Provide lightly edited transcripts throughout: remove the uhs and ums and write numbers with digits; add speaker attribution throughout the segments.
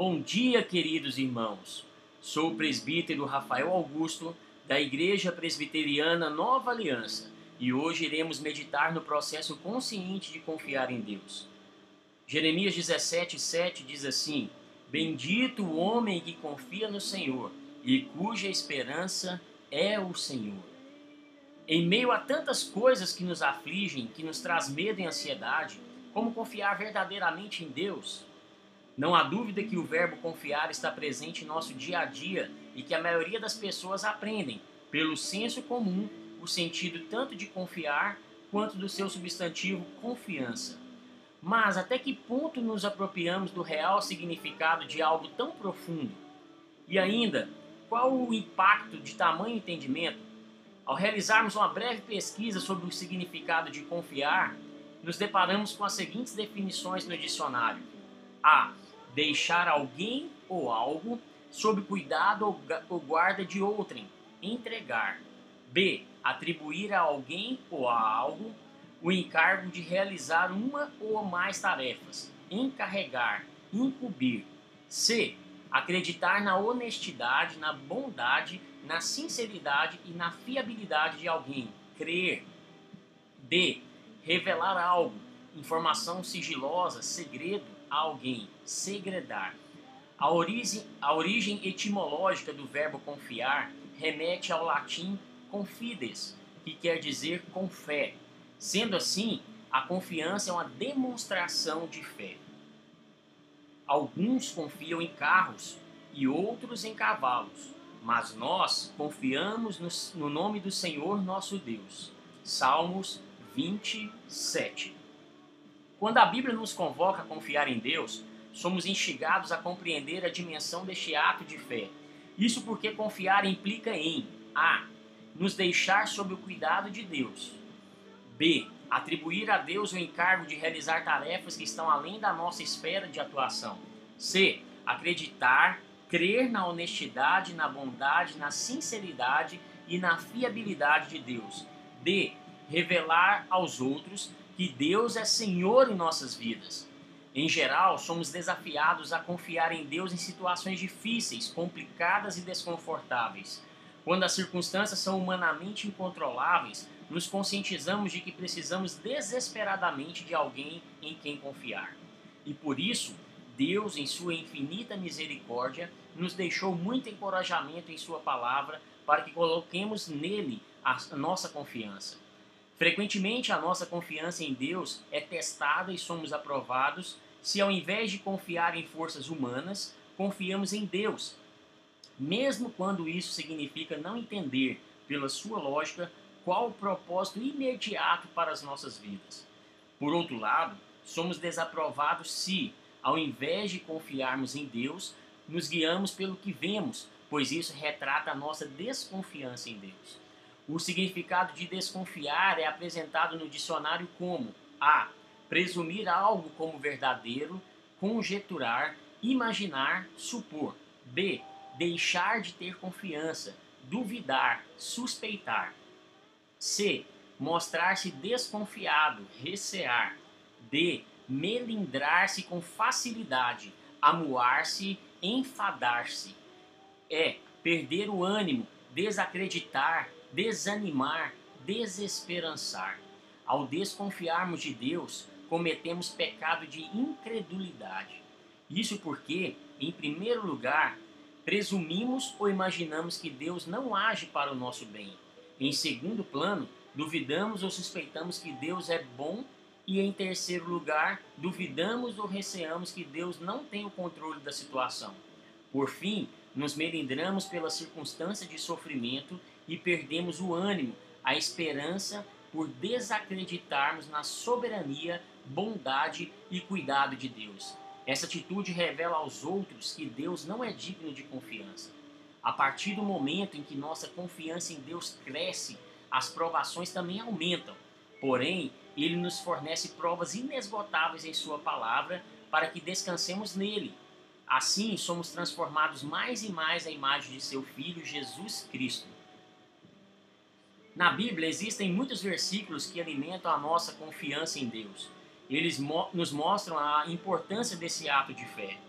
Speaker 1: Bom dia, queridos irmãos. Sou o presbítero Rafael Augusto, da Igreja Presbiteriana Nova Aliança, e hoje iremos meditar no processo consciente de confiar em Deus. Jeremias 17:7 diz assim: Bendito o homem que confia no Senhor e cuja esperança é o Senhor. Em meio a tantas coisas que nos afligem, que nos traz medo e ansiedade, como confiar verdadeiramente em Deus? Não há dúvida que o verbo confiar está presente em nosso dia a dia e que a maioria das pessoas aprendem, pelo senso comum, o sentido tanto de confiar quanto do seu substantivo confiança. Mas até que ponto nos apropriamos do real significado de algo tão profundo? E ainda, qual o impacto de tamanho entendimento? Ao realizarmos uma breve pesquisa sobre o significado de confiar, nos deparamos com as seguintes definições no dicionário. A. Deixar alguém ou algo sob cuidado ou guarda de outrem, entregar. B. Atribuir a alguém ou a algo o encargo de realizar uma ou mais tarefas, encarregar, incumbir. C. Acreditar na honestidade, na bondade, na sinceridade e na fiabilidade de alguém, crer. D. Revelar algo, informação sigilosa, segredo a alguém, segredar. A origem etimológica do verbo confiar remete ao latim confides, que quer dizer com fé. Sendo assim, a confiança é uma demonstração de fé. Alguns confiam em carros e outros em cavalos, mas nós confiamos no nome do Senhor nosso Deus. Salmos 27. Quando a Bíblia nos convoca a confiar em Deus, somos instigados a compreender a dimensão deste ato de fé. Isso porque confiar implica em A. Nos deixar sob o cuidado de Deus. B. Atribuir a Deus o encargo de realizar tarefas que estão além da nossa esfera de atuação. C. Acreditar, crer na honestidade, na bondade, na sinceridade e na fiabilidade de Deus. D. Revelar aos outros que Deus é Senhor em nossas vidas. Em geral, somos desafiados a confiar em Deus em situações difíceis, complicadas e desconfortáveis. Quando as circunstâncias são humanamente incontroláveis, nos conscientizamos de que precisamos desesperadamente de alguém em quem confiar. E por isso, Deus, em sua infinita misericórdia, nos deixou muito encorajamento em sua palavra para que coloquemos nele a nossa confiança. Frequentemente, a nossa confiança em Deus é testada e somos aprovados se, ao invés de confiar em forças humanas, confiamos em Deus, mesmo quando isso significa não entender, pela sua lógica, qual o propósito imediato para as nossas vidas. Por outro lado, somos desaprovados se, ao invés de confiarmos em Deus, nos guiamos pelo que vemos, pois isso retrata a nossa desconfiança em Deus. O significado de desconfiar é apresentado no dicionário como A. Presumir algo como verdadeiro, conjeturar, imaginar, supor. B. Deixar de ter confiança, duvidar, suspeitar. C. Mostrar-se desconfiado, recear. D. Melindrar-se com facilidade, amuar-se, enfadar-se. E. Perder o ânimo, desacreditar, desanimar, desesperançar. Ao desconfiarmos de Deus, cometemos pecado de incredulidade. Isso porque, em primeiro lugar, presumimos ou imaginamos que Deus não age para o nosso bem. Em segundo plano, duvidamos ou suspeitamos que Deus é bom. E em terceiro lugar, duvidamos ou receamos que Deus não tem o controle da situação. Por fim, nos melindramos pela circunstância de sofrimento e perdemos o ânimo, a esperança por desacreditarmos na soberania, bondade e cuidado de Deus. Essa atitude revela aos outros que Deus não é digno de confiança. A partir do momento em que nossa confiança em Deus cresce, as provações também aumentam. Porém, Ele nos fornece provas inesgotáveis em Sua palavra para que descansemos nele. Assim, somos transformados mais e mais à imagem de Seu Filho, Jesus Cristo. Na Bíblia existem muitos versículos que alimentam a nossa confiança em Deus. Eles nos mostram a importância desse ato de fé.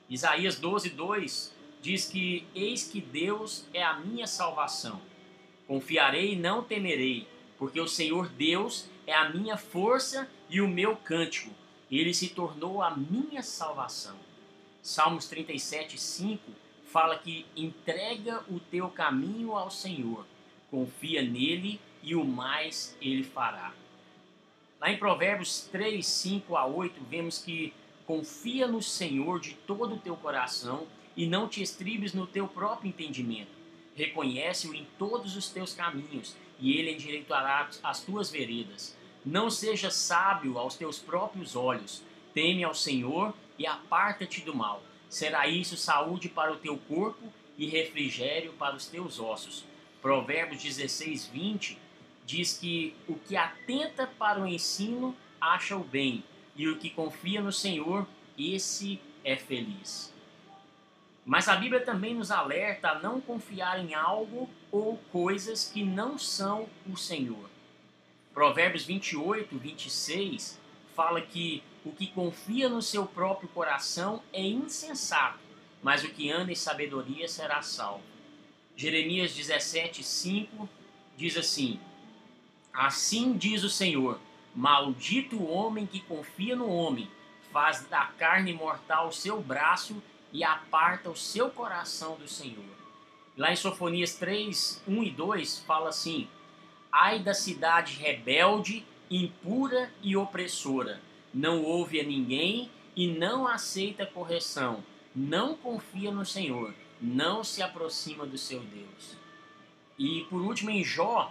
Speaker 1: Isaías 12:2 diz que eis que Deus é a minha salvação. Confiarei e não temerei, porque o Senhor Deus é a minha força e o meu cântico. Ele se tornou a minha salvação. Salmos 37:5 fala que entrega o teu caminho ao Senhor, confia nele e o mais ele fará. Lá em Provérbios 3:5-8 vemos que confia no Senhor de todo o teu coração e não te estribes no teu próprio entendimento. Reconhece-o em todos os teus caminhos e ele endireitará as tuas veredas. Não sejas sábio aos teus próprios olhos. Teme ao Senhor e aparta-te do mal. Será isso saúde para o teu corpo e refrigério para os teus ossos. Provérbios 16:20 diz que o que atenta para o ensino acha o bem, e o que confia no Senhor, esse é feliz. Mas a Bíblia também nos alerta a não confiar em algo ou coisas que não são o Senhor. Provérbios 28:26 fala que o que confia no seu próprio coração é insensato, mas o que anda em sabedoria será salvo. Jeremias 17:5 diz assim: assim diz o Senhor, maldito o homem que confia no homem, faz da carne mortal o seu braço e aparta o seu coração do Senhor. Lá em Sofonias 3:1 e 2 fala assim: ai da cidade rebelde, impura e opressora, não ouve a ninguém e não aceita correção, não confia no Senhor, não se aproxima do seu Deus. E por último, em Jó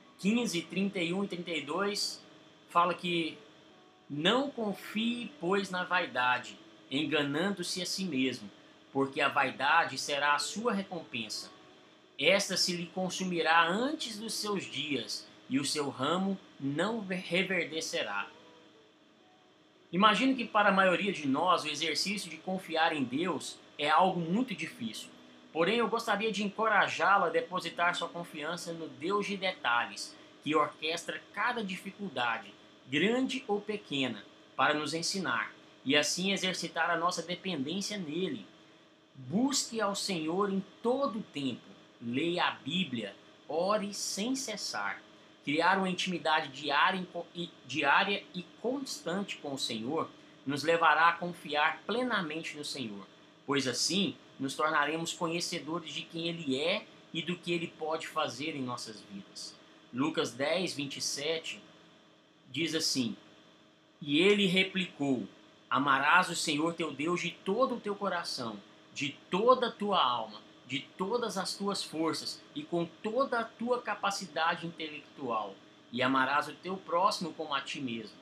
Speaker 1: 15:31-32 fala que não confie, pois, na vaidade, enganando-se a si mesmo, porque a vaidade será a sua recompensa. Esta se lhe consumirá antes dos seus dias, e o seu ramo não reverdecerá. Imagino que para a maioria de nós o exercício de confiar em Deus é algo muito difícil. Porém, eu gostaria de encorajá-lo a depositar sua confiança no Deus de detalhes, que orquestra cada dificuldade, grande ou pequena, para nos ensinar, e assim exercitar a nossa dependência nele. Busque ao Senhor em todo o tempo, leia a Bíblia, ore sem cessar. Criar uma intimidade diária e constante com o Senhor nos levará a confiar plenamente no Senhor, pois assim nos tornaremos conhecedores de quem Ele é e do que Ele pode fazer em nossas vidas. Lucas 10:27 diz assim: e ele replicou: amarás o Senhor teu Deus de todo o teu coração, de toda a tua alma, de todas as tuas forças e com toda a tua capacidade intelectual, e amarás o teu próximo como a ti mesmo.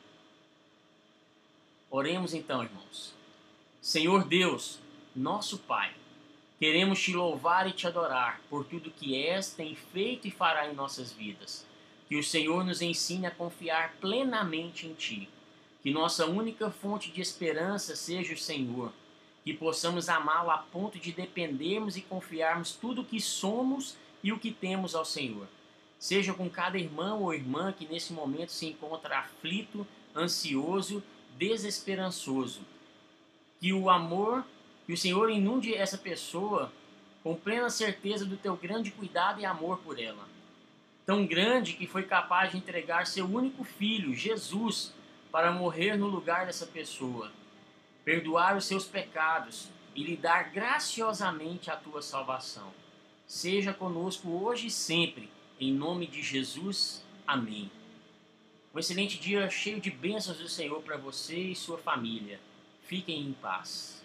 Speaker 1: Oremos então, irmãos. Senhor Deus, nosso Pai, queremos te louvar e te adorar por tudo que és, tem feito e fará em nossas vidas. Que o Senhor nos ensine a confiar plenamente em ti. Que nossa única fonte de esperança seja o Senhor. Que possamos amá-lo a ponto de dependermos e confiarmos tudo o que somos e o que temos ao Senhor. Seja com cada irmão ou irmã que nesse momento se encontra aflito, ansioso, desesperançoso. Que o Senhor inunde essa pessoa com plena certeza do teu grande cuidado e amor por ela. Tão grande que foi capaz de entregar seu único filho, Jesus, para morrer no lugar dessa pessoa, perdoar os seus pecados e lhe dar graciosamente a tua salvação. Seja conosco hoje e sempre, em nome de Jesus. Amém. Um excelente dia cheio de bênçãos do Senhor para você e sua família. Fiquem em paz.